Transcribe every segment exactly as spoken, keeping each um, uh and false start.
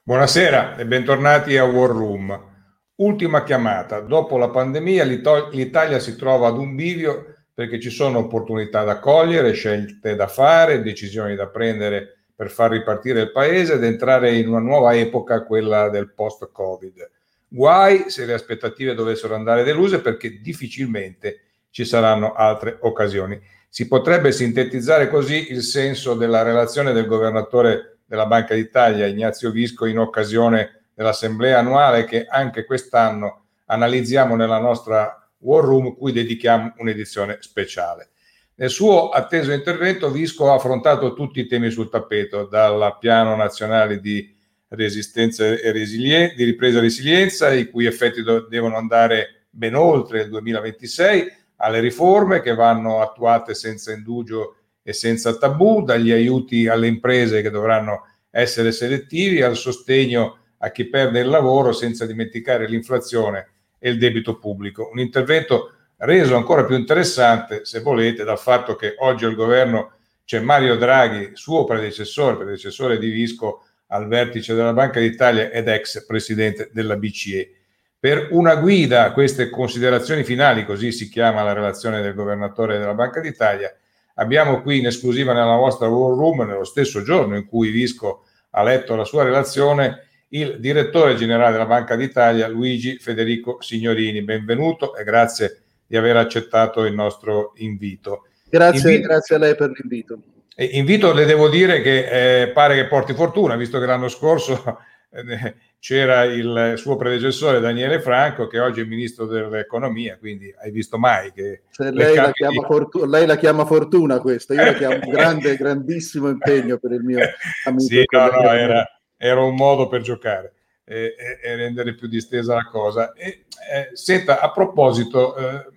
Buonasera e bentornati a War Room. Ultima chiamata. Dopo la pandemia l'Italia si trova ad un bivio perché ci sono opportunità da cogliere, scelte da fare, decisioni da prendere per far ripartire il paese ed entrare in una nuova epoca, quella del post-Covid. Guai se le aspettative dovessero andare deluse, perché difficilmente ci saranno altre occasioni. Si potrebbe sintetizzare così il senso della relazione del governatore della Banca d'Italia, Ignazio Visco, in occasione dell'assemblea annuale che anche quest'anno analizziamo nella nostra War Room, cui dedichiamo un'edizione speciale. Nel suo atteso intervento Visco ha affrontato tutti i temi sul tappeto, dal piano nazionale di resistenza e resilienza, di ripresa e resilienza, i cui effetti do- devono andare ben oltre il duemilaventisei, alle riforme che vanno attuate senza indugio e senza tabù, dagli aiuti alle imprese che dovranno essere selettivi, al sostegno a chi perde il lavoro, senza dimenticare l'inflazione e il debito pubblico. Un intervento reso ancora più interessante, se volete, dal fatto che oggi al governo c'è Mario Draghi, suo predecessore, predecessore di Visco al vertice della Banca d'Italia ed ex presidente della B C E. Per una guida a queste considerazioni finali, così si chiama la relazione del governatore della Banca d'Italia, abbiamo qui in esclusiva nella vostra War Room, nello stesso giorno in cui Visco ha letto la sua relazione, il direttore generale della Banca d'Italia, Luigi Federico Signorini. Benvenuto e grazie di aver accettato il nostro invito. Grazie, invito, grazie a lei per l'invito. Invito, le devo dire che eh, pare che porti fortuna, visto che l'anno scorso eh, c'era il suo predecessore Daniele Franco, che oggi è ministro dell'economia, quindi hai visto mai che Se lei la, chiama di... fortuna, lei la chiama fortuna questa, io la chiamo un grande, grandissimo impegno per il mio amico sì, e collega. no, no, era, era un modo per giocare e, e, e rendere più distesa la cosa. E, eh, senta, a proposito,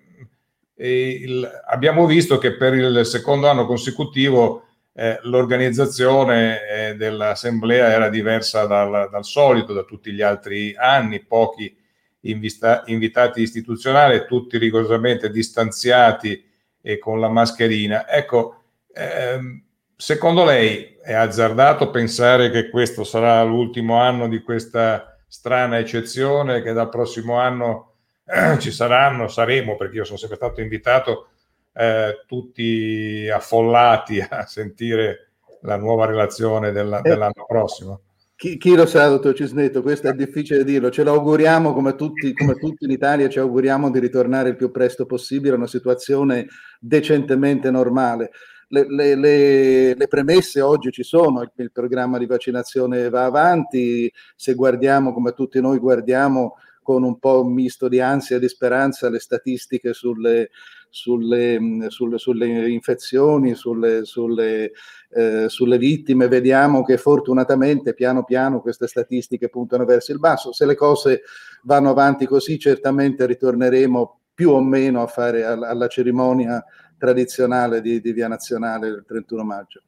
eh, il, abbiamo visto che per il secondo anno consecutivo eh, l'organizzazione eh, dell'assemblea era diversa dal, dal solito, da tutti gli altri anni, pochi invista, invitati istituzionali, tutti rigorosamente distanziati e con la mascherina. Ecco, ehm, secondo lei è azzardato pensare che questo sarà l'ultimo anno di questa strana eccezione, che dal prossimo anno eh, ci saranno, saremo, perché io sono sempre stato invitato, eh, tutti affollati a sentire la nuova relazione della, dell'anno prossimo? Chi, chi lo sa, dottor Cisnetto, questo è difficile dirlo, ce lo auguriamo come tutti, come tutti in Italia, ci auguriamo di ritornare il più presto possibile a una situazione decentemente normale. Le, le, le, le premesse oggi ci sono, il, il programma di vaccinazione va avanti, se guardiamo come tutti noi guardiamo con un po' un misto di ansia e di speranza le statistiche sulle, sulle, sulle, sulle infezioni, sulle, sulle, eh, sulle vittime, vediamo che fortunatamente piano piano queste statistiche puntano verso il basso. Se le cose vanno avanti così, certamente ritorneremo più o meno a fare alla, alla cerimonia tradizionale di, di Via Nazionale del trentuno maggio.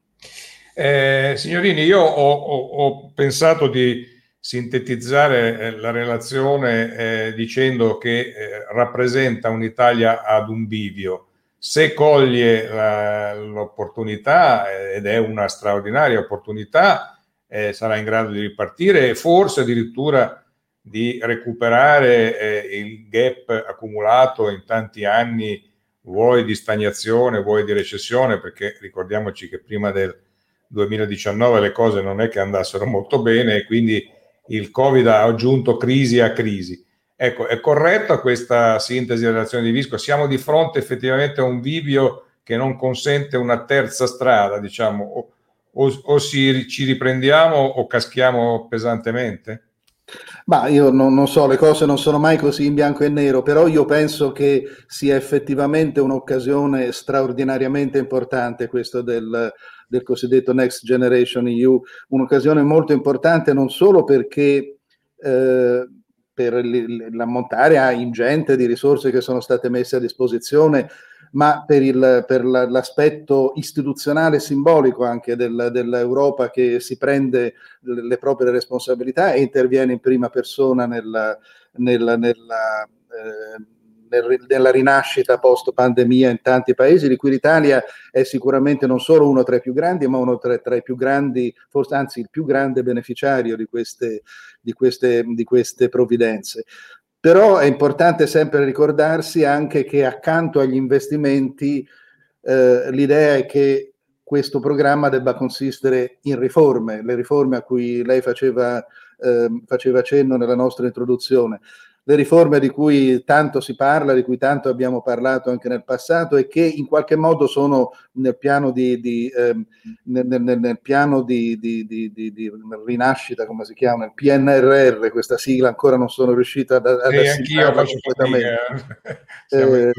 Eh, signorini, io ho, ho, ho pensato di sintetizzare eh, la relazione eh, dicendo che eh, rappresenta un'Italia ad un bivio. Se coglie la, l'opportunità, eh, ed è una straordinaria opportunità, eh, sarà in grado di ripartire e forse addirittura di recuperare eh, il gap accumulato in tanti anni, vuoi di stagnazione, vuoi di recessione, perché ricordiamoci che prima del duemiladiciannove le cose non è che andassero molto bene e quindi il Covid ha aggiunto crisi a crisi. Ecco, è corretta questa sintesi della relazione di Visco? Siamo di fronte effettivamente a un bivio che non consente una terza strada, diciamo, o, o, o si, ci riprendiamo o caschiamo pesantemente? Ma io non, non so, le cose non sono mai così in bianco e nero, però io penso che sia effettivamente un'occasione straordinariamente importante questo del, del cosiddetto Next Generation E U, un'occasione molto importante non solo perché eh, per l'ammontare ingente di risorse che sono state messe a disposizione, ma per, il, per la, l'aspetto istituzionale e simbolico anche del, dell'Europa che si prende le, le proprie responsabilità e interviene in prima persona nella, nella, nella, eh, nel, nella rinascita post pandemia in tanti paesi, di cui l'Italia è sicuramente non solo uno tra i più grandi, ma uno tra, tra i più grandi, forse anzi il più grande beneficiario di queste, di queste, di queste provvidenze. Però è importante sempre ricordarsi anche che accanto agli investimenti eh, l'idea è che questo programma debba consistere in riforme, le riforme a cui lei faceva, eh, faceva cenno nella nostra introduzione, le riforme di cui tanto si parla, di cui tanto abbiamo parlato anche nel passato e che in qualche modo sono nel piano di, di, eh, nel, nel, nel piano di, di, di, di, di rinascita, come si chiama, il P N R R, questa sigla ancora non sono riuscito ad, ad sì, anch'io faccio fatica. Siamo eh,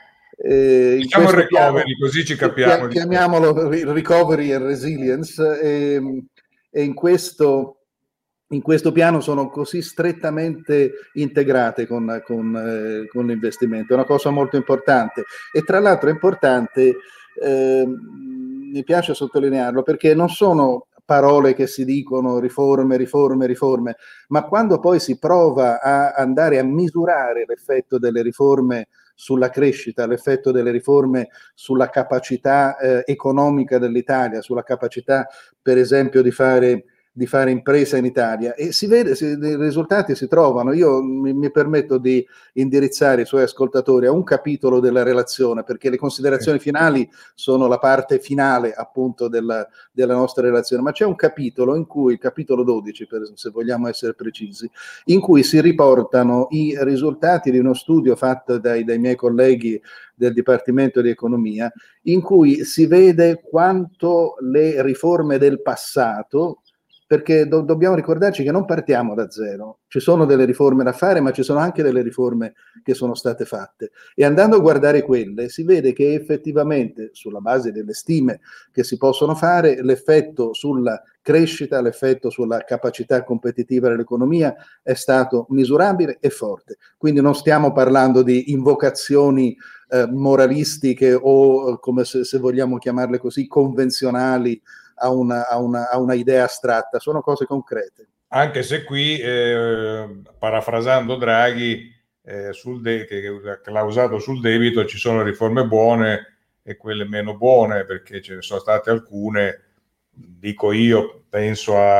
eh, in diciamo il recovery, piano, così ci capiamo. Chiamiamolo recovery and resilience, e, e in questo in questo piano sono così strettamente integrate con, con, eh, con l'investimento, è una cosa molto importante. E tra l'altro è importante, eh, mi piace sottolinearlo, perché non sono parole che si dicono riforme, riforme, riforme, ma quando poi si prova a andare a misurare l'effetto delle riforme sulla crescita, l'effetto delle riforme sulla capacità eh, economica dell'Italia, sulla capacità per esempio di fare di fare impresa in Italia, e si vede, si, i risultati si trovano. Io mi, mi permetto di indirizzare i suoi ascoltatori a un capitolo della relazione, perché le considerazioni finali sono la parte finale appunto della, della nostra relazione, ma c'è un capitolo in cui, il capitolo dodici per, se vogliamo essere precisi, in cui si riportano i risultati di uno studio fatto dai, dai miei colleghi del Dipartimento di Economia, in cui si vede quanto le riforme del passato, perché do- dobbiamo ricordarci che non partiamo da zero, ci sono delle riforme da fare, ma ci sono anche delle riforme che sono state fatte, e andando a guardare quelle si vede che effettivamente, sulla base delle stime che si possono fare, l'effetto sulla crescita, l'effetto sulla capacità competitiva dell'economia è stato misurabile e forte. Quindi non stiamo parlando di invocazioni eh, moralistiche o, come se, se vogliamo chiamarle così, convenzionali a una, a, una, a una idea astratta, sono cose concrete. Anche se qui, eh, parafrasando Draghi, eh, sul de- che, che l'ha usato sul debito, ci sono riforme buone e quelle meno buone, perché ce ne sono state alcune, dico io, penso a,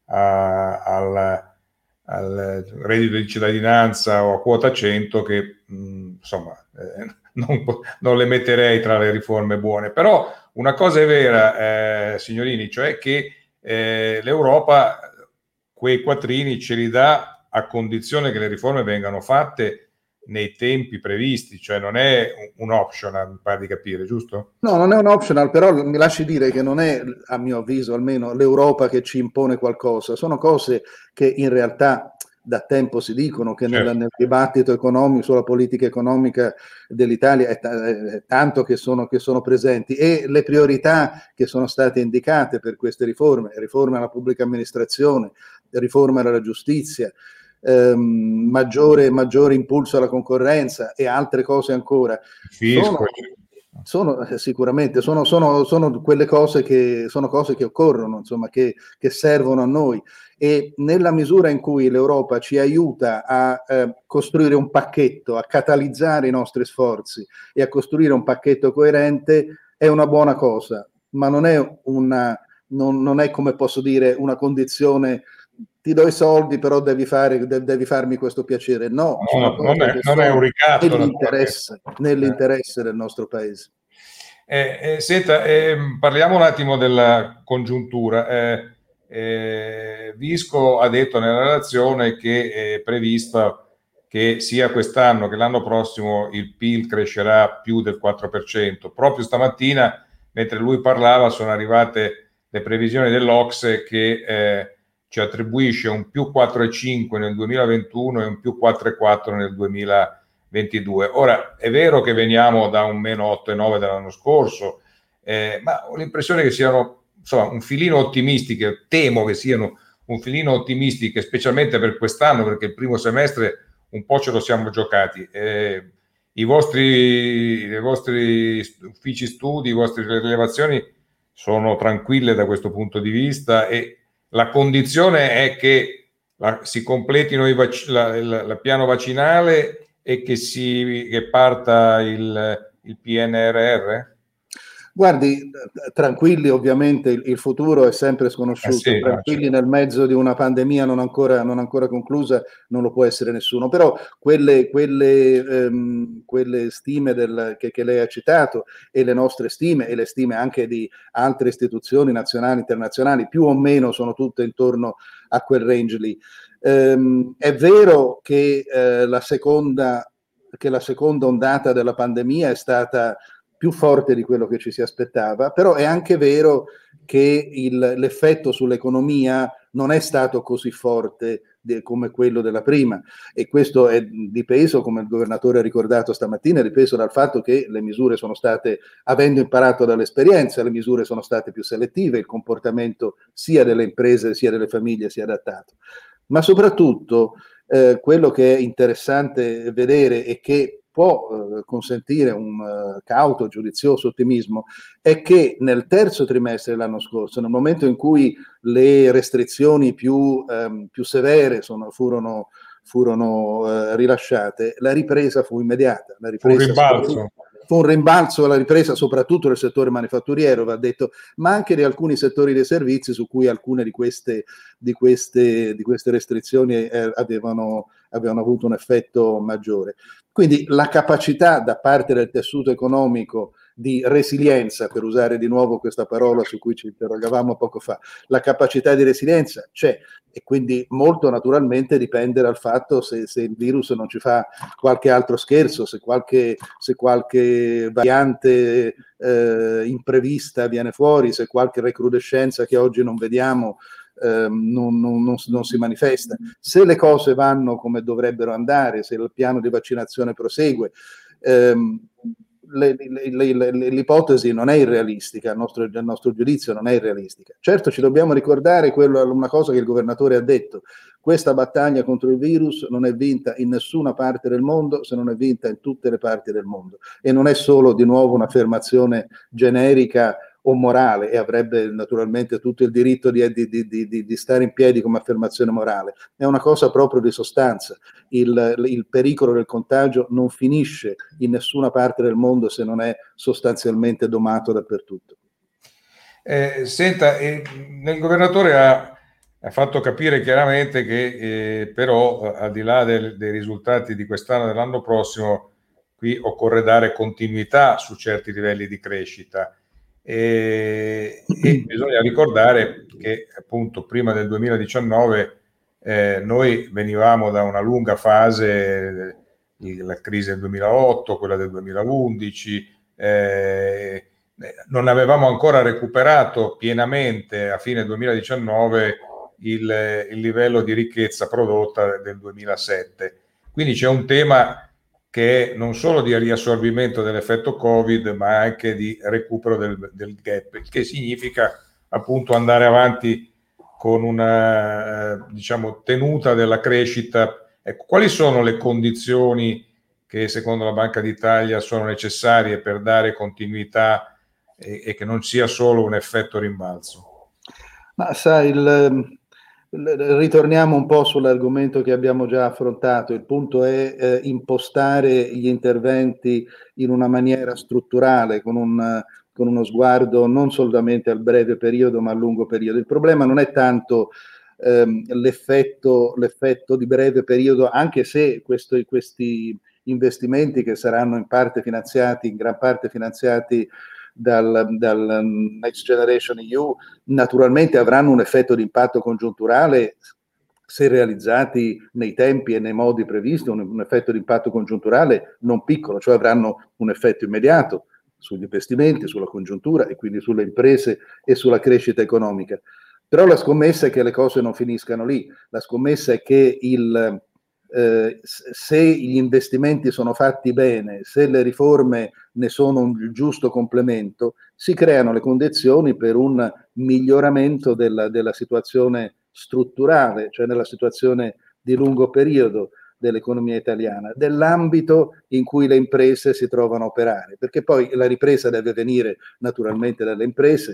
a, al, al reddito di cittadinanza o a quota cento, che mh, insomma eh, non, non le metterei tra le riforme buone. Però una cosa è vera, eh, signorini, cioè che eh, l'Europa quei quattrini ce li dà a condizione che le riforme vengano fatte nei tempi previsti, cioè non è un optional, mi pare di capire, giusto? No, non è un optional, però mi lasci dire che non è, a mio avviso almeno, l'Europa che ci impone qualcosa, sono cose che in realtà da tempo si dicono, che certo. nel, nel dibattito economico, sulla politica economica dell'Italia è, t- è tanto che sono, che sono presenti, e le priorità che sono state indicate per queste riforme, riforme alla pubblica amministrazione, riforme alla giustizia, ehm, maggiore, maggiore impulso alla concorrenza e altre cose ancora, Fisco. sono... Sono eh, sicuramente sono, sono, sono quelle cose che sono cose che occorrono, insomma, che, che servono a noi, e nella misura in cui l'Europa ci aiuta a eh, costruire un pacchetto, a catalizzare i nostri sforzi e a costruire un pacchetto coerente, è una buona cosa, ma non è una, non, non è, come posso dire, una condizione: ti do i soldi, però devi, fare, de- devi farmi questo piacere. No, no sono non, cose è, che non è un ricatto nell'interesse, nell'interesse del nostro paese. Eh, eh, senta, eh, parliamo un attimo della congiuntura. Eh, eh, Visco ha detto nella relazione che è prevista che sia quest'anno che l'anno prossimo il P I L crescerà più del quattro per cento. Proprio stamattina, mentre lui parlava, sono arrivate le previsioni dell'Ocse che eh, ci attribuisce un più quattro virgola cinque nel duemilaventuno e un più quattro virgola quattro nel duemilaventidue. Ora, è vero che veniamo da un meno otto virgola nove dell'anno scorso, eh, ma ho l'impressione che siano, insomma, un filino ottimistiche, temo che siano un filino ottimistiche, specialmente per quest'anno, perché il primo semestre un po' ce lo siamo giocati. Eh, i, vostri, i vostri uffici studi, le vostre rilevazioni sono tranquille da questo punto di vista, e la condizione è che la, si completino i vac- la, la, la piano vaccinale e e che, si, che parta il, il P N R R? Guardi, tranquilli, ovviamente il, il futuro è sempre sconosciuto, Eh sì, tranquilli no, certo. nel mezzo di una pandemia non ancora, non ancora conclusa non lo può essere nessuno, però quelle, quelle, ehm, quelle stime del, che, che lei ha citato e le nostre stime e le stime anche di altre istituzioni nazionali, internazionali, più o meno sono tutte intorno a quel range lì. Ehm, è vero che, eh, la seconda, che la seconda ondata della pandemia è stata più forte di quello che ci si aspettava, però è anche vero che il, l'effetto sull'economia non è stato così forte de, come quello della prima, e questo è dipeso, come il governatore ha ricordato stamattina, è dipeso dal fatto che le misure sono state, avendo imparato dall'esperienza, le misure sono state più selettive, il comportamento sia delle imprese sia delle famiglie si è adattato. Ma soprattutto eh, quello che è interessante vedere e che può eh, consentire un uh, cauto, giudizioso ottimismo, è che nel terzo trimestre dell'anno scorso, nel momento in cui le restrizioni più, ehm, più severe sono, furono, furono eh, rilasciate, la ripresa fu immediata. La Fu un ripresa rimbalzo. fu un rimbalzo alla ripresa, soprattutto del settore manifatturiero, va detto, ma anche di alcuni settori dei servizi su cui alcune di queste, di queste, di queste restrizioni eh, avevano, avevano avuto un effetto maggiore. Quindi la capacità da parte del tessuto economico di resilienza, per usare di nuovo questa parola su cui ci interrogavamo poco fa, la capacità di resilienza c'è, e quindi molto naturalmente dipende dal fatto se, se il virus non ci fa qualche altro scherzo, se qualche, se qualche variante eh, imprevista viene fuori, se qualche recrudescenza che oggi non vediamo eh, non, non, non, non si manifesta. Se le cose vanno come dovrebbero andare, se il piano di vaccinazione prosegue, ehm, le, le, le, l'ipotesi non è irrealistica, il nostro, il nostro giudizio non è irrealistica. Certo, ci dobbiamo ricordare quello, una cosa che il governatore ha detto: questa battaglia contro il virus non è vinta in nessuna parte del mondo se non è vinta in tutte le parti del mondo, e non è solo di nuovo un'affermazione generica o morale, e avrebbe naturalmente tutto il diritto di, di, di, di, di stare in piedi come affermazione morale, è una cosa proprio di sostanza. Il, il pericolo del contagio non finisce in nessuna parte del mondo se non è sostanzialmente domato dappertutto. Eh, senta, eh, il governatore ha, ha fatto capire chiaramente che eh, però al di là del, dei risultati di quest'anno e dell'anno prossimo, qui occorre dare continuità su certi livelli di crescita. E, e bisogna ricordare che appunto prima del duemiladiciannove eh, noi venivamo da una lunga fase, eh, la crisi del duemilaotto, quella del duemilaundici, eh, non avevamo ancora recuperato pienamente a fine duemiladiciannove il, il livello di ricchezza prodotta del duemilasette. Quindi c'è un tema che è non solo di riassorbimento dell'effetto Covid, ma anche di recupero del, del gap, il che significa appunto andare avanti con una eh, diciamo tenuta della crescita. Ecco, quali sono le condizioni che secondo la Banca d'Italia sono necessarie per dare continuità e, e che non sia solo un effetto rimbalzo? Ma sai, il, ritorniamo un po' sull'argomento che abbiamo già affrontato. Il punto è eh, impostare gli interventi in una maniera strutturale, con, un, con uno sguardo non solamente al breve periodo, ma a lungo periodo. Il problema non è tanto ehm, l'effetto, l'effetto di breve periodo, anche se questo, questi investimenti, che saranno in parte finanziati, in gran parte finanziati dal, dal Next Generation E U, naturalmente avranno un effetto di impatto congiunturale se realizzati nei tempi e nei modi previsti, un, un effetto di impatto congiunturale non piccolo, cioè avranno un effetto immediato sugli investimenti, sulla congiuntura e quindi sulle imprese e sulla crescita economica. Però la scommessa è che le cose non finiscano lì, la scommessa è che il, eh, se gli investimenti sono fatti bene, se le riforme ne sono un giusto complemento, si creano le condizioni per un miglioramento della, della situazione strutturale, cioè nella situazione di lungo periodo dell'economia italiana, dell'ambito in cui le imprese si trovano a operare, perché poi la ripresa deve venire naturalmente dalle imprese,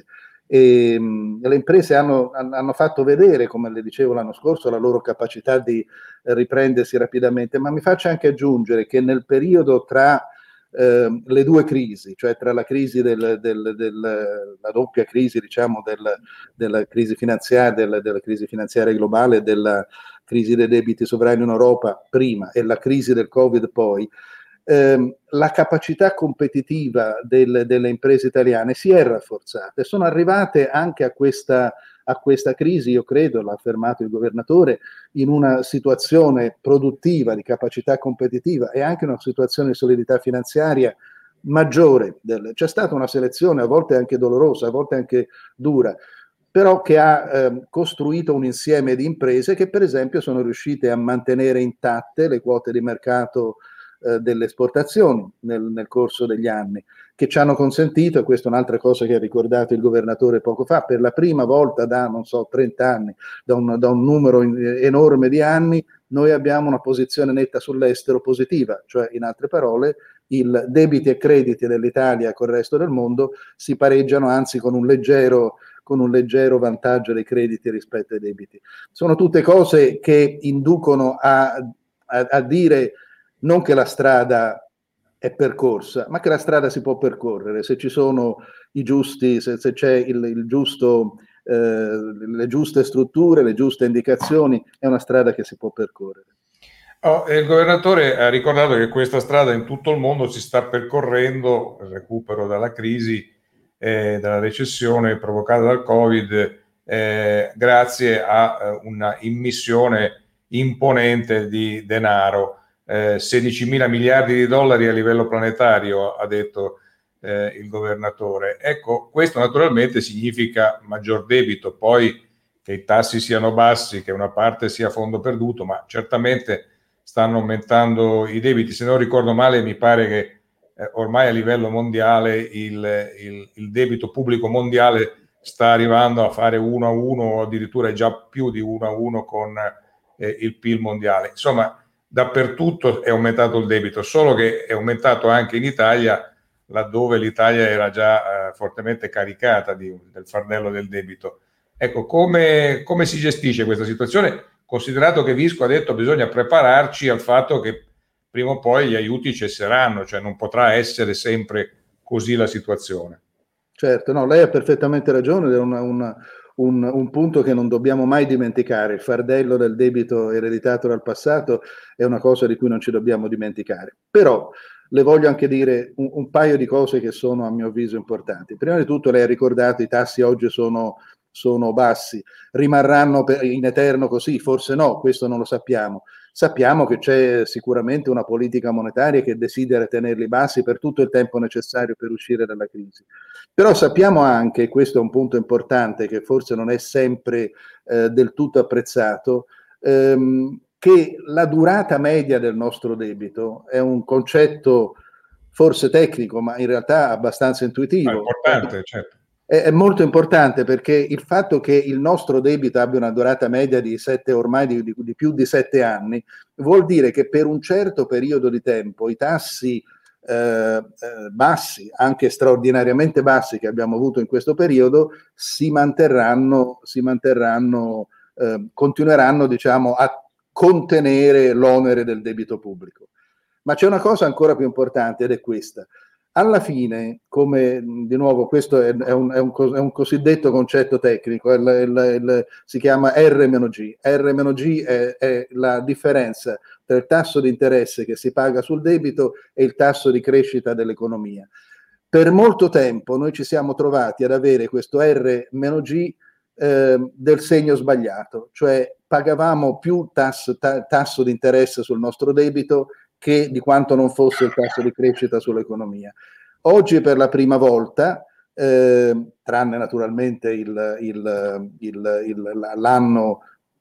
E mh, le imprese hanno, hanno fatto vedere, come le dicevo l'anno scorso, la loro capacità di riprendersi rapidamente, ma mi faccio anche aggiungere che nel periodo tra eh, le due crisi, cioè tra la crisi del, del, del la doppia crisi, diciamo, del, della crisi finanziaria, del, della crisi finanziaria globale e della crisi dei debiti sovrani in Europa prima e la crisi del Covid poi, ehm, la capacità competitiva del, delle imprese italiane si è rafforzata e sono arrivate anche a questa, a questa crisi, io credo, l'ha affermato il governatore, in una situazione produttiva di capacità competitiva e anche una situazione di solidità finanziaria maggiore. Del, c'è stata una selezione a volte anche dolorosa, a volte anche dura, però che ha eh, costruito un insieme di imprese che per esempio sono riuscite a mantenere intatte le quote di mercato eh, delle esportazioni nel, nel corso degli anni, che ci hanno consentito, e questa è un'altra cosa che ha ricordato il governatore poco fa, per la prima volta da, non so, trenta anni, da un, da un numero in, enorme di anni, noi abbiamo una posizione netta sull'estero positiva, cioè in altre parole il debiti e crediti dell'Italia con il resto del mondo si pareggiano anzi con un leggero con un leggero vantaggio dei crediti rispetto ai debiti. Sono tutte cose che inducono a, a, a dire non che la strada è percorsa, ma che la strada si può percorrere se ci sono i giusti, se, se c'è il, il giusto, eh, le giuste strutture, le giuste indicazioni, è una strada che si può percorrere. Oh, il governatore ha ricordato che questa strada in tutto il mondo si sta percorrendo, il recupero dalla crisi, eh, dalla recessione provocata dal Covid, eh, grazie a eh, una immissione imponente di denaro, eh, sedicimila miliardi di dollari a livello planetario, ha detto eh, il governatore. Ecco, questo naturalmente significa maggior debito, poi che i tassi siano bassi, che una parte sia a fondo perduto, ma certamente stanno aumentando i debiti. Se non ricordo male, mi pare che eh, ormai a livello mondiale il, il, il debito pubblico mondiale sta arrivando a fare uno a uno o addirittura già più di uno a uno con eh, il P I L mondiale. Insomma, dappertutto è aumentato il debito, solo che è aumentato anche in Italia, laddove l'Italia era già eh, fortemente caricata di, del fardello del debito. Ecco, come, come si gestisce questa situazione, considerato che Visco ha detto che bisogna prepararci al fatto che prima o poi gli aiuti cesseranno, cioè non potrà essere sempre così la situazione. Certo, no, lei ha perfettamente ragione, è una, una, un, un punto che non dobbiamo mai dimenticare. Il fardello del debito ereditato dal passato è una cosa di cui non ci dobbiamo dimenticare. Però le voglio anche dire un, un paio di cose che sono a mio avviso importanti. Prima di tutto lei ha ricordato i tassi oggi sono, sono bassi, rimarranno per, in eterno così? Forse no, questo non lo sappiamo. Sappiamo che c'è sicuramente una politica monetaria che desidera tenerli bassi per tutto il tempo necessario per uscire dalla crisi. Però sappiamo anche, e questo è un punto importante che forse non è sempre eh, del tutto apprezzato, ehm, che la durata media del nostro debito è un concetto forse tecnico, ma in realtà abbastanza intuitivo. È importante, certo. È, è molto importante perché il fatto che il nostro debito abbia una durata media di sette, ormai di, di, di più di sette anni, vuol dire che per un certo periodo di tempo i tassi Eh, eh, bassi, anche straordinariamente bassi che abbiamo avuto in questo periodo, si manterranno, si manterranno eh, continueranno diciamo a contenere l'onere del debito pubblico. Ma c'è una cosa ancora più importante ed è questa. Alla fine, come di nuovo questo è, è, un, è, un, è un cosiddetto concetto tecnico, è il, il, il, si chiama R meno G. R meno G è, è la differenza tra il tasso di interesse che si paga sul debito e il tasso di crescita dell'economia. Per molto tempo noi ci siamo trovati ad avere questo R meno G eh, del segno sbagliato, cioè pagavamo più tasso, ta, tasso di interesse sul nostro debito che di quanto non fosse il tasso di crescita sull'economia. Oggi per la prima volta, eh, tranne naturalmente il, il, il, il, l'anno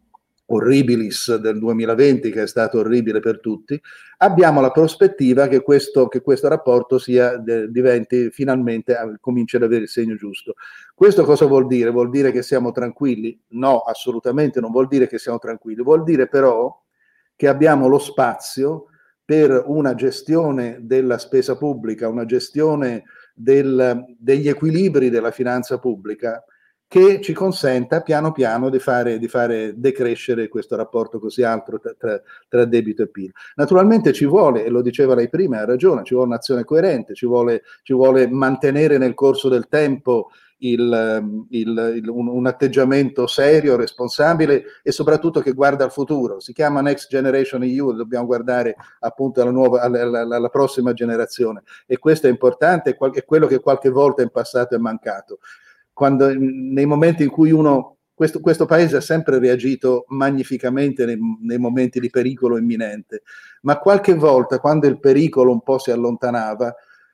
orribilis del duemilaventi, che è stato orribile per tutti, abbiamo la prospettiva che questo, che questo rapporto sia, de, diventi finalmente, cominci ad avere il segno giusto. Questo cosa vuol dire? Vuol dire che siamo tranquilli? No, assolutamente non vuol dire che siamo tranquilli, vuol dire però che abbiamo lo spazio per una gestione della spesa pubblica, una gestione del, degli equilibri della finanza pubblica che ci consenta piano piano di fare, di fare decrescere questo rapporto così alto tra, tra, tra debito e P I L. Naturalmente ci vuole, e lo diceva lei prima, ha ragione, ci vuole un'azione coerente, ci vuole, ci vuole mantenere nel corso del tempo il, il, il, un, un atteggiamento serio, responsabile e soprattutto che guarda al futuro. Si chiama Next Generation E U, dobbiamo guardare appunto alla, nuova, alla, alla, alla prossima generazione, e questo è importante, è quello che qualche volta in passato è mancato. Quando, nei momenti in cui uno, questo, questo paese ha sempre reagito magnificamente nei, nei momenti di pericolo imminente, ma qualche volta quando il pericolo un po' si allontanava,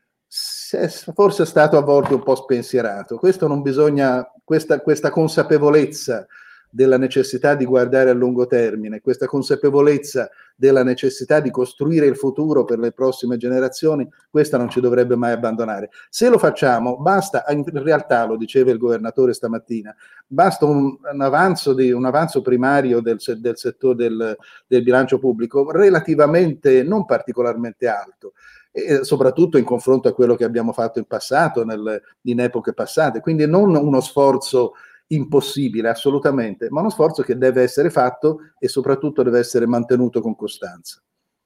forse è stato a volte un po' spensierato. Questo non bisogna, questa, questa consapevolezza della necessità di guardare a lungo termine, questa consapevolezza della necessità di costruire il futuro per le prossime generazioni, questa non ci dovrebbe mai abbandonare. Se lo facciamo, basta, in realtà, lo diceva il governatore stamattina, basta un, un, avanzo, di, un avanzo primario del, del settore del, del bilancio pubblico relativamente non particolarmente alto, e soprattutto in confronto a quello che abbiamo fatto in passato, nel, in epoche passate, quindi non uno sforzo impossibile, assolutamente, ma uno sforzo che deve essere fatto e soprattutto deve essere mantenuto con costanza.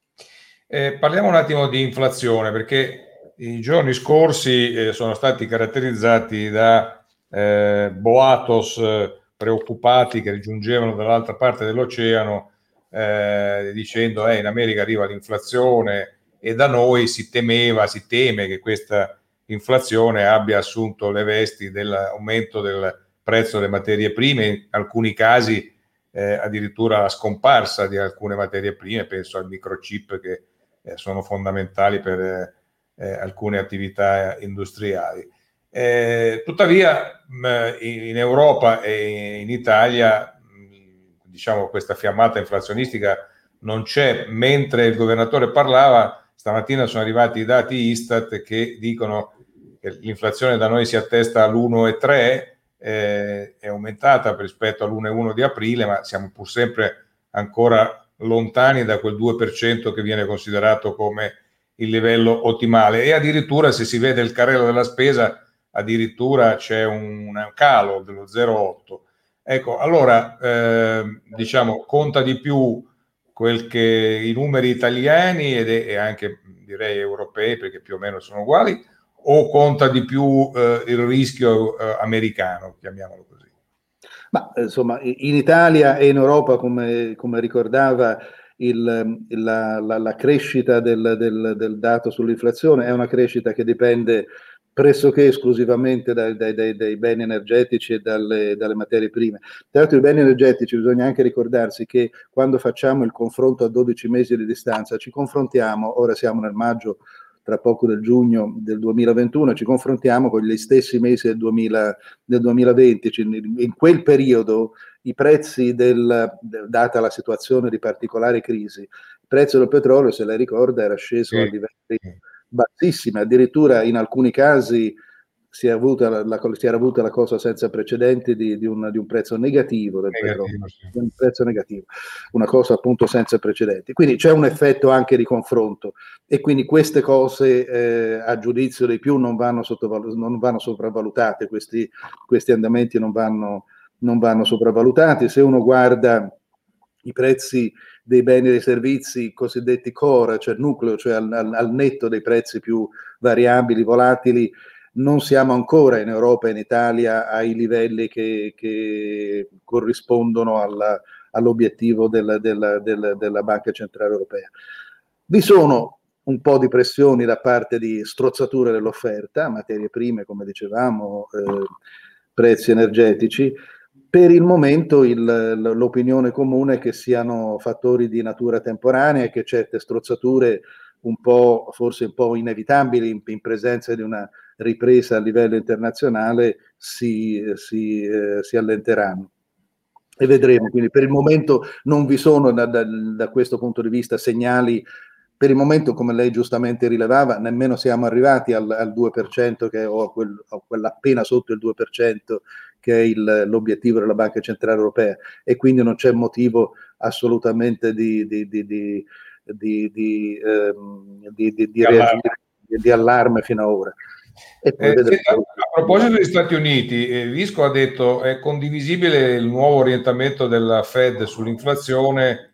Eh, parliamo un attimo di inflazione, perché i giorni scorsi eh, sono stati caratterizzati da eh, boatos eh, preoccupati che giungevano dall'altra parte dell'oceano eh, dicendo eh, in America arriva l'inflazione, e da noi si temeva, si teme che questa inflazione abbia assunto le vesti dell'aumento del prezzo delle materie prime, in alcuni casi eh, addirittura la scomparsa di alcune materie prime, penso al microchip che eh, sono fondamentali per eh, alcune attività industriali. Eh, tuttavia mh, in Europa e in Italia mh, diciamo questa fiammata inflazionistica non c'è. Mentre il governatore parlava, stamattina sono arrivati i dati Istat che dicono che l'inflazione da noi si attesta all'uno virgola tre, eh, è aumentata rispetto all'uno virgola uno di aprile, ma siamo pur sempre ancora lontani da quel due per cento che viene considerato come il livello ottimale, e addirittura se si vede il carrello della spesa addirittura c'è un, un calo dello zero virgola otto. Ecco, allora eh, diciamo conta di più quel che i numeri italiani ed e anche direi europei, perché più o meno sono uguali, o conta di più eh, il rischio eh, americano, chiamiamolo così? Ma insomma, in Italia e in Europa, come, come ricordava il, la, la, la crescita del, del, del dato sull'inflazione, è una crescita che dipende pressoché esclusivamente dai, dai, dai, dai beni energetici e dalle, dalle materie prime. Tra l'altro i beni energetici, bisogna anche ricordarsi che quando facciamo il confronto a dodici mesi di distanza, ci confrontiamo, ora siamo nel maggio, tra poco del giugno del duemilaventuno, ci confrontiamo con gli stessi mesi del, duemila, del duemilaventi. In quel periodo i prezzi, del, data la situazione di particolare crisi, il prezzo del petrolio, se lei ricorda, era sceso sì. a livelli bassissimi, addirittura in alcuni casi si, è avuta la, la, si era avuta la cosa senza precedenti di, di, un, di un prezzo negativo del negativo, petrolio, sì. un prezzo negativo, una cosa appunto senza precedenti. Quindi c'è un effetto anche di confronto, e quindi queste cose eh, a giudizio dei più non vanno, non vanno sopravvalutate, questi, questi andamenti non vanno, non vanno sopravvalutati. Se uno guarda i prezzi dei beni e dei servizi cosiddetti core, cioè nucleo, cioè al, al, al netto dei prezzi più variabili, volatili, non siamo ancora in Europa e in Italia ai livelli che, che corrispondono alla, all'obiettivo del, del, del, della Banca Centrale Europea. Vi sono un po' di pressioni da parte di strozzature dell'offerta, materie prime, come dicevamo, eh, prezzi energetici. Per il momento il, l'opinione comune è che siano fattori di natura temporanea e che certe strozzature un po', forse un po' inevitabili in, in presenza di una ripresa a livello internazionale si, si, eh, si allenteranno. E vedremo, quindi per il momento non vi sono da, da, da questo punto di vista segnali. Per il momento, come lei giustamente rilevava, nemmeno siamo arrivati al, al due per cento che, o a, quel, a quell'appena sotto il due per cento che è il, l'obiettivo della Banca Centrale Europea, e quindi non c'è motivo assolutamente di, di, di, di, di, di, ehm, di, di, di, reagire, di, di allarme fino ad ora. E poi Eh, vedremo. senta, a proposito degli Stati Uniti, eh, Visco ha detto è condivisibile il nuovo orientamento della Fed sull'inflazione,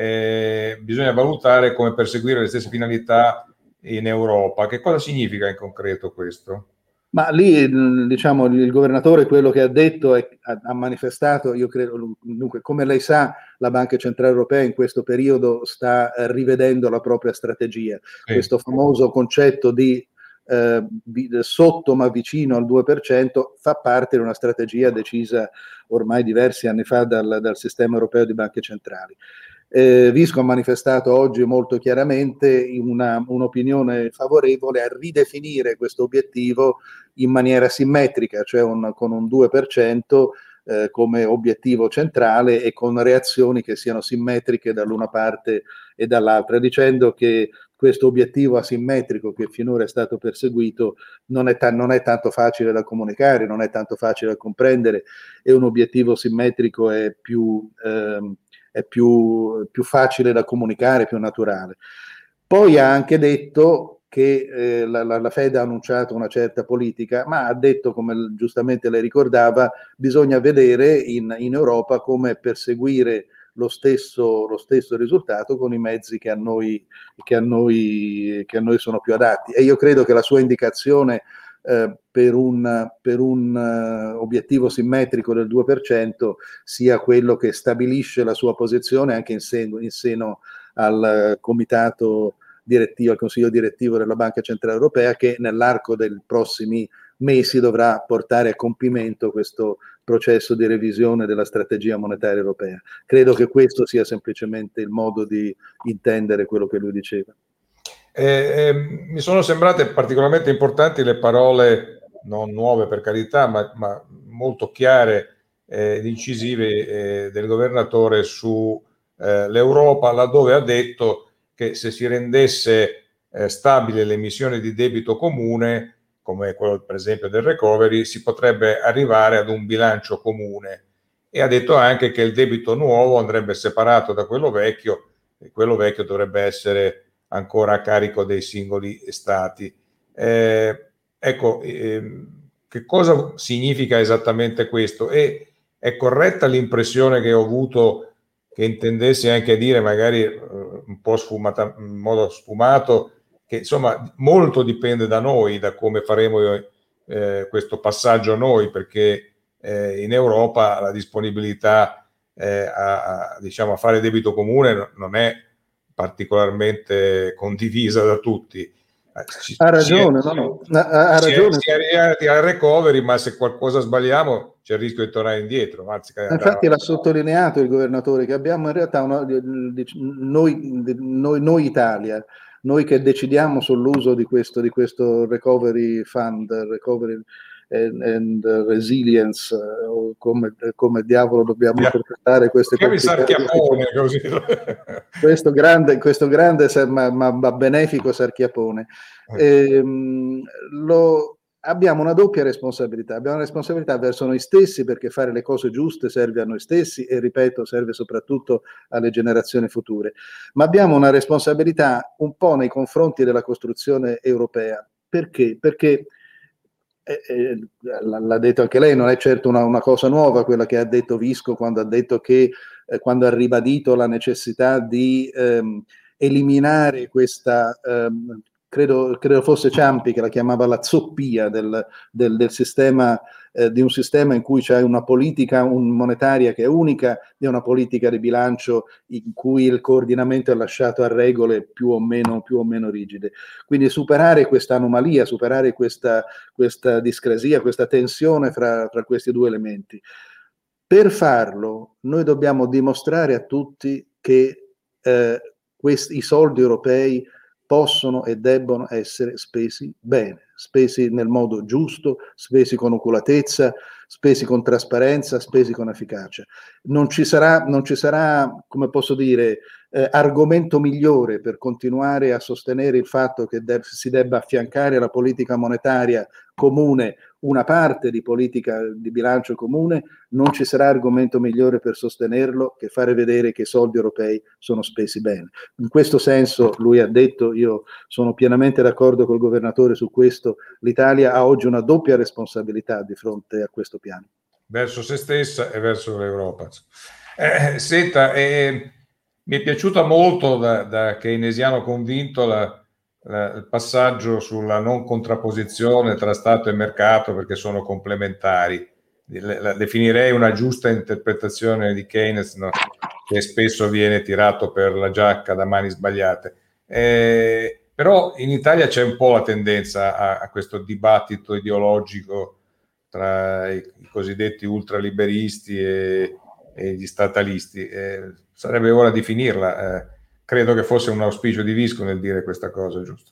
eh, bisogna valutare come perseguire le stesse finalità in Europa. Che cosa significa in concreto questo? Ma lì, diciamo, il governatore quello che ha detto è, ha, ha manifestato, io credo, dunque, come lei sa, la Banca Centrale Europea in questo periodo sta eh, rivedendo la propria strategia. Sì. Questo famoso concetto di eh, sotto ma vicino al due per cento fa parte di una strategia decisa ormai diversi anni fa dal, dal sistema europeo di banche centrali. Eh, Visco ha manifestato oggi molto chiaramente una, un'opinione favorevole a ridefinire questo obiettivo in maniera simmetrica, cioè un, con un due per cento eh, come obiettivo centrale e con reazioni che siano simmetriche dall'una parte e dall'altra, dicendo che questo obiettivo asimmetrico che finora è stato perseguito non è, ta- non è tanto facile da comunicare, non è tanto facile da comprendere, e un obiettivo simmetrico è più... Ehm, è più, più facile da comunicare, più naturale. Poi ha anche detto che eh, la, la Fed ha annunciato una certa politica, ma ha detto, come giustamente lei ricordava, bisogna vedere in, in Europa come perseguire lo stesso, lo stesso risultato con i mezzi che a, noi, che, a noi, che a noi sono più adatti. E io credo che la sua indicazione eh, per un, per un uh, obiettivo simmetrico del due per cento sia quello che stabilisce la sua posizione anche in seno, in seno al uh, comitato direttivo, al consiglio direttivo della Banca Centrale Europea, che nell'arco dei prossimi mesi dovrà portare a compimento questo processo di revisione della strategia monetaria europea. Credo che questo sia semplicemente il modo di intendere quello che lui diceva. Eh, eh, mi sono sembrate particolarmente importanti le parole, non nuove per carità, ma, ma molto chiare ed eh, incisive eh, del governatore su eh, l'Europa, laddove ha detto che se si rendesse eh, stabile l'emissione di debito comune, come quello per esempio del recovery, si potrebbe arrivare ad un bilancio comune. E ha detto anche che il debito nuovo andrebbe separato da quello vecchio, e quello vecchio dovrebbe essere ancora a carico dei singoli stati. Eh, ecco, eh, che cosa significa esattamente questo? E è corretta l'impressione che ho avuto che intendesse anche dire, magari eh, un po' sfumata, in modo sfumato, che insomma molto dipende da noi, da come faremo eh, questo passaggio noi, perché eh, in Europa la disponibilità eh, a, a, diciamo, a fare debito comune non è particolarmente condivisa da tutti. Ci, ha ragione, si è, no, no. Ha, ha si ragione. È, si è arrivati al recovery, ma se qualcosa sbagliamo c'è il rischio di tornare indietro. Anzi, infatti l'ha sottolineato il governatore che abbiamo in realtà una, noi, noi, noi Italia, noi che decidiamo sull'uso di questo, di questo recovery fund, recovery and, and resilience, o come, come diavolo dobbiamo yeah. interpretare queste sarchiapone, così. questo grande, questo grande ma, ma, ma benefico sarchiapone. Ehm, lo, abbiamo una doppia responsabilità, abbiamo una responsabilità verso noi stessi, perché fare le cose giuste serve a noi stessi e, ripeto, serve soprattutto alle generazioni future, ma abbiamo una responsabilità un po' nei confronti della costruzione europea. Perché? Perché eh, eh, l'ha detto anche lei, non è certo una, una cosa nuova quella che ha detto Visco quando ha detto che eh, quando ha ribadito la necessità di ehm, eliminare questa ehm, Credo, credo fosse Ciampi che la chiamava la zoppia del, del, del sistema, eh, di un sistema in cui c'è una politica un monetaria che è unica e una politica di bilancio in cui il coordinamento è lasciato a regole più o meno, più o meno rigide. Quindi superare questa anomalia, superare questa, questa discrasia, questa tensione fra, fra questi due elementi. Per farlo noi dobbiamo dimostrare a tutti che eh, questi, i soldi europei possono e debbono essere spesi bene, spesi nel modo giusto, spesi con oculatezza, spesi con trasparenza, spesi con efficacia. Non ci sarà, non ci sarà, come posso dire, eh, argomento migliore per continuare a sostenere il fatto che de- si debba affiancare alla politica monetaria comune una parte di politica di bilancio comune, non ci sarà argomento migliore per sostenerlo che fare vedere che i soldi europei sono spesi bene. In questo senso, lui ha detto, io sono pienamente d'accordo col governatore su questo, l'Italia ha oggi una doppia responsabilità di fronte a questo piano. Verso se stessa e verso l'Europa. Eh, senta, eh, mi è piaciuta molto da, da keynesiano convinto la, la, il passaggio sulla non contrapposizione tra Stato e mercato, perché sono complementari. La, la, definirei una giusta interpretazione di Keynes, no? Che spesso viene tirato per la giacca da mani sbagliate. Eh, però in Italia c'è un po' la tendenza a, a questo dibattito ideologico tra i, i cosiddetti ultraliberisti e, e gli statalisti. Eh, sarebbe ora di finirla. Eh, credo che fosse un auspicio di Visco nel dire questa cosa, giusto?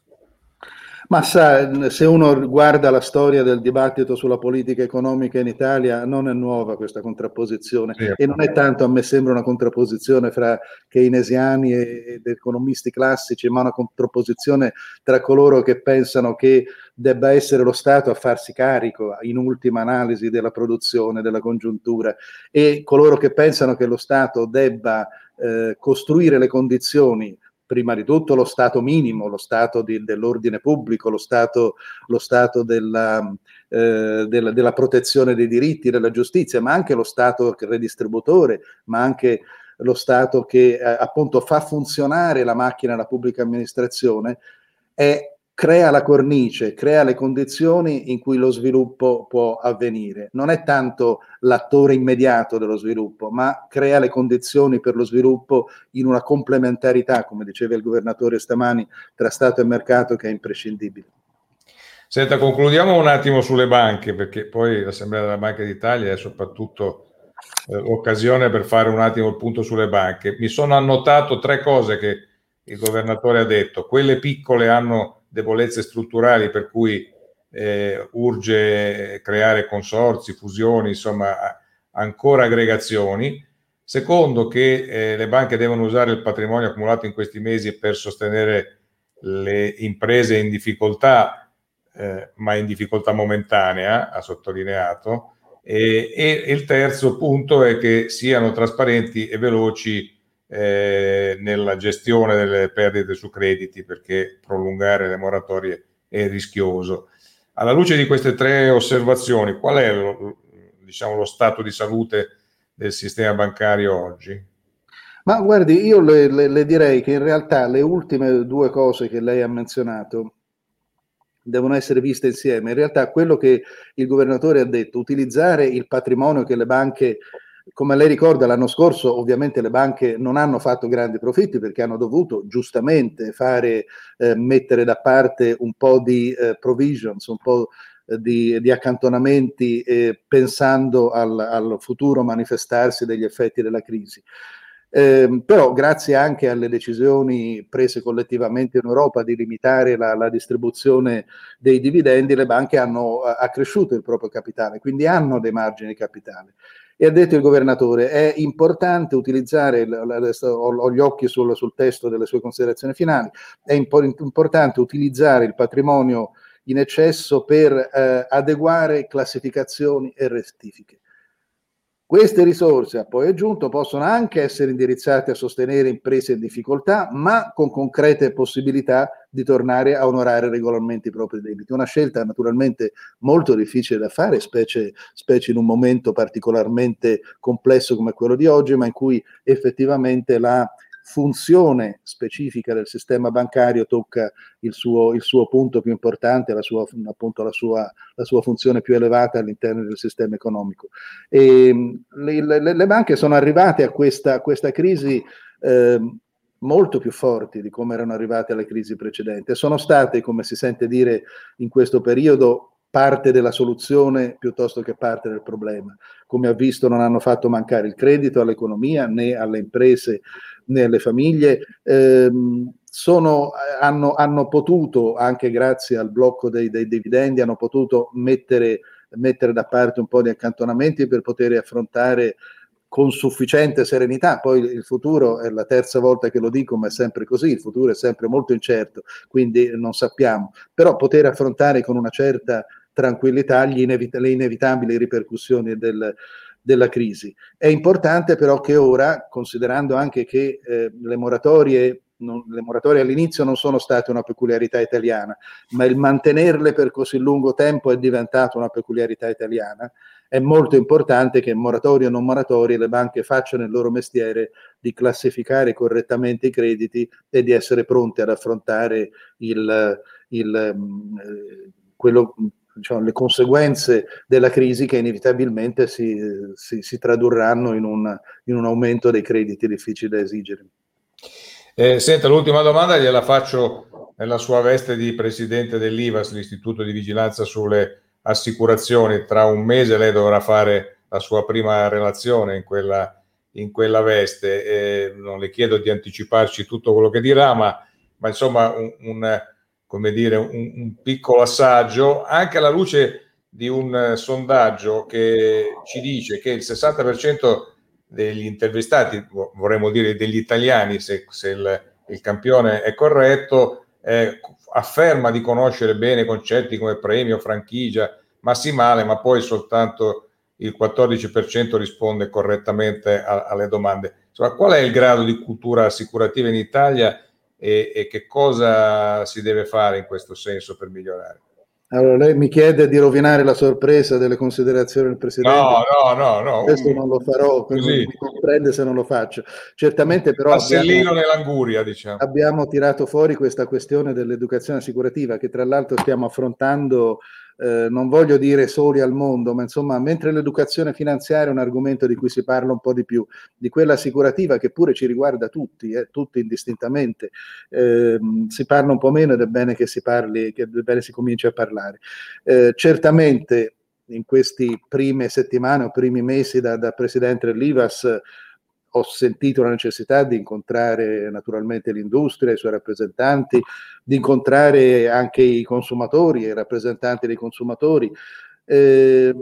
Ma sa, se uno guarda la storia del dibattito sulla politica economica in Italia, non è nuova questa contrapposizione, sì. E non è tanto, a me sembra, una contrapposizione fra keynesiani ed economisti classici, ma una contrapposizione tra coloro che pensano che debba essere lo Stato a farsi carico, in ultima analisi, della produzione, della congiuntura, e coloro che pensano che lo Stato debba eh, costruire le condizioni, prima di tutto lo stato minimo, lo stato di, dell'ordine pubblico, lo stato, lo stato della, eh, della, della protezione dei diritti, della giustizia, ma anche lo stato redistributore, ma anche lo stato che eh, appunto fa funzionare la macchina della pubblica amministrazione, è crea la cornice, crea le condizioni in cui lo sviluppo può avvenire. Non è tanto l'attore immediato dello sviluppo, ma crea le condizioni per lo sviluppo in una complementarità, come diceva il governatore stamani, tra Stato e mercato, che è imprescindibile. Senta, concludiamo un attimo sulle banche, perché poi l'Assemblea della Banca d'Italia è soprattutto eh, l'occasione per fare un attimo il punto sulle banche. Mi sono annotato tre cose che il governatore ha detto. Quelle piccole hanno debolezze strutturali, per cui eh, urge creare consorzi, fusioni, insomma ancora aggregazioni. Secondo, che eh, le banche devono usare il patrimonio accumulato in questi mesi per sostenere le imprese in difficoltà, eh, ma in difficoltà momentanea, ha sottolineato. E, e il terzo punto è che siano trasparenti e veloci Eh, nella gestione delle perdite su crediti, perché prolungare le moratorie è rischioso. Alla luce di queste tre osservazioni, qual è lo, diciamo, lo stato di salute del sistema bancario oggi? Ma guardi, io le, le, le direi che in realtà le ultime due cose che lei ha menzionato devono essere viste insieme. In realtà quello che il governatore ha detto, utilizzare il patrimonio che le banche, come lei ricorda, l'anno scorso ovviamente le banche non hanno fatto grandi profitti perché hanno dovuto giustamente fare, eh, mettere da parte un po' di eh, provisions, un po' di, di accantonamenti, eh, pensando al, al futuro manifestarsi degli effetti della crisi. Eh, però grazie anche alle decisioni prese collettivamente in Europa di limitare la, la distribuzione dei dividendi, le banche hanno accresciuto il proprio capitale, quindi hanno dei margini di capitale. E ha detto il governatore, è importante utilizzare, ho gli occhi sul, sul testo delle sue considerazioni finali, è importante utilizzare il patrimonio in eccesso per eh, adeguare classificazioni e rettifiche. Queste risorse, ha poi aggiunto, possono anche essere indirizzate a sostenere imprese in difficoltà, ma con concrete possibilità di tornare a onorare regolarmente i propri debiti. Una scelta naturalmente molto difficile da fare, specie, specie in un momento particolarmente complesso come quello di oggi, ma in cui effettivamente la funzione specifica del sistema bancario tocca il suo, il suo punto più importante, la sua, appunto la sua, la sua funzione più elevata all'interno del sistema economico. E le, le, le banche sono arrivate a questa, a questa crisi eh, molto più forti di come erano arrivate alle crisi precedenti. Sono state, come si sente dire in questo periodo, parte della soluzione piuttosto che parte del problema. Come ha visto, non hanno fatto mancare il credito all'economia, né alle imprese, né alle famiglie. Eh, sono, hanno, hanno potuto, anche grazie al blocco dei, dei dividendi, hanno potuto mettere, mettere da parte un po' di accantonamenti per poter affrontare con sufficiente serenità. Poi il futuro, è la terza volta che lo dico, ma è sempre così, il futuro è sempre molto incerto, quindi non sappiamo, però poter affrontare con una certa tranquillità gli inevit- le inevitabili ripercussioni del, della crisi. È importante però che ora, considerando anche che eh, le moratorie Non, le moratorie all'inizio non sono state una peculiarità italiana, ma il mantenerle per così lungo tempo è diventato una peculiarità italiana. È molto importante che, moratorie o non moratorie, le banche facciano il loro mestiere di classificare correttamente i crediti e di essere pronte ad affrontare il, il, eh, quello, diciamo, le conseguenze della crisi, che inevitabilmente si, si, si tradurranno in un, in un aumento dei crediti difficili da esigere. Eh, senta, l'ultima domanda gliela faccio nella sua veste di presidente dell'I V A S, l'Istituto di Vigilanza sulle Assicurazioni. Tra un mese lei dovrà fare la sua prima relazione in quella, in quella veste. Eh, non le chiedo di anticiparci tutto quello che dirà, ma, ma insomma un, un, come dire, un, un piccolo assaggio, anche alla luce di un sondaggio che ci dice che il sessanta per cento degli intervistati, vorremmo dire degli italiani, se, se il, il campione è corretto, eh, afferma di conoscere bene concetti come premio, franchigia, massimale, ma poi soltanto il quattordici per cento risponde correttamente a, alle domande. Insomma, qual è il grado di cultura assicurativa in Italia e, e che cosa si deve fare in questo senso per migliorare? Allora, lei mi chiede di rovinare la sorpresa delle considerazioni del Presidente. No, no, no, no. Questo non lo farò, non mi comprende se non lo faccio. Certamente però Tassellino nell'anguria, diciamo. Abbiamo tirato fuori questa questione dell'educazione assicurativa, che tra l'altro stiamo affrontando, eh, non voglio dire soli al mondo, ma insomma, mentre l'educazione finanziaria è un argomento di cui si parla un po' di più, di quella assicurativa che pure ci riguarda tutti, eh, tutti indistintamente, eh, si parla un po' meno ed è bene che si parli, che è bene si cominci a parlare. Eh, certamente in questi prime settimane o primi mesi da, da presidente dell'I V A S ho sentito la necessità di incontrare naturalmente l'industria, i suoi rappresentanti, di incontrare anche i consumatori, i rappresentanti dei consumatori. Eh,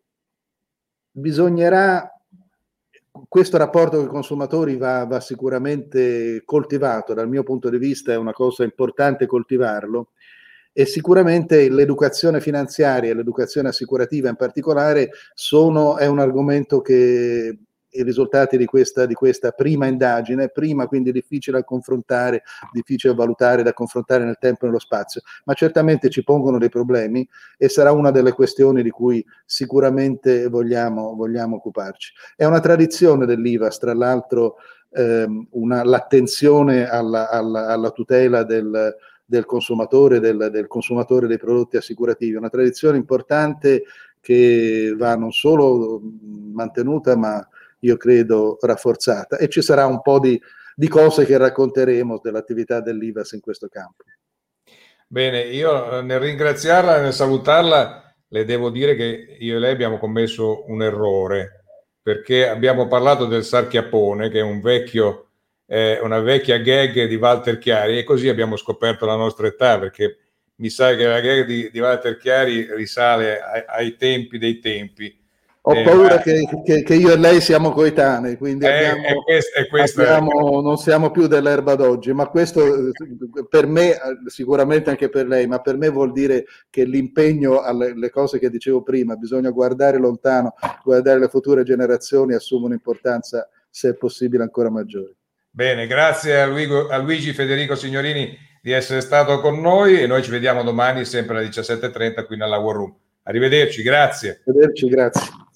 bisognerà, questo rapporto con i consumatori va, va sicuramente coltivato, dal mio punto di vista è una cosa importante coltivarlo, e sicuramente l'educazione finanziaria e l'educazione assicurativa in particolare sono, è un argomento che i risultati di questa, di questa prima indagine, prima quindi difficile da confrontare, difficile da valutare, da confrontare nel tempo e nello spazio, ma certamente ci pongono dei problemi e sarà una delle questioni di cui sicuramente vogliamo, vogliamo occuparci. È una tradizione dell'I V A S, tra l'altro, ehm, una, l'attenzione alla, alla, alla tutela del del consumatore, del, del consumatore dei prodotti assicurativi, una tradizione importante che va non solo mantenuta, ma io credo rafforzata, e ci sarà un po' di, di cose che racconteremo dell'attività dell'I V A S in questo campo. Bene, io nel ringraziarla e nel salutarla le devo dire che io e lei abbiamo commesso un errore, perché abbiamo parlato del Sarchiappone, che è un vecchio Eh, una vecchia gag di Walter Chiari, e così abbiamo scoperto la nostra età, perché mi sa che la gag di, di Walter Chiari risale ai, ai tempi dei tempi. Ho eh, paura ma... che, che, che io e lei siamo coetanei, quindi eh, abbiamo, è questa, è questa... abbiamo, non siamo più dell'erba d'oggi, ma questo per me, sicuramente anche per lei, ma per me vuol dire che l'impegno alle le cose che dicevo prima, bisogna guardare lontano, guardare le future generazioni, assume un'importanza, se è possibile, ancora maggiore. Bene, grazie a, Luigi, a Luigi Federico Signorini di essere stato con noi, e noi ci vediamo domani sempre alle diciassette e trenta qui nella War Room. Arrivederci, grazie. Arrivederci, grazie.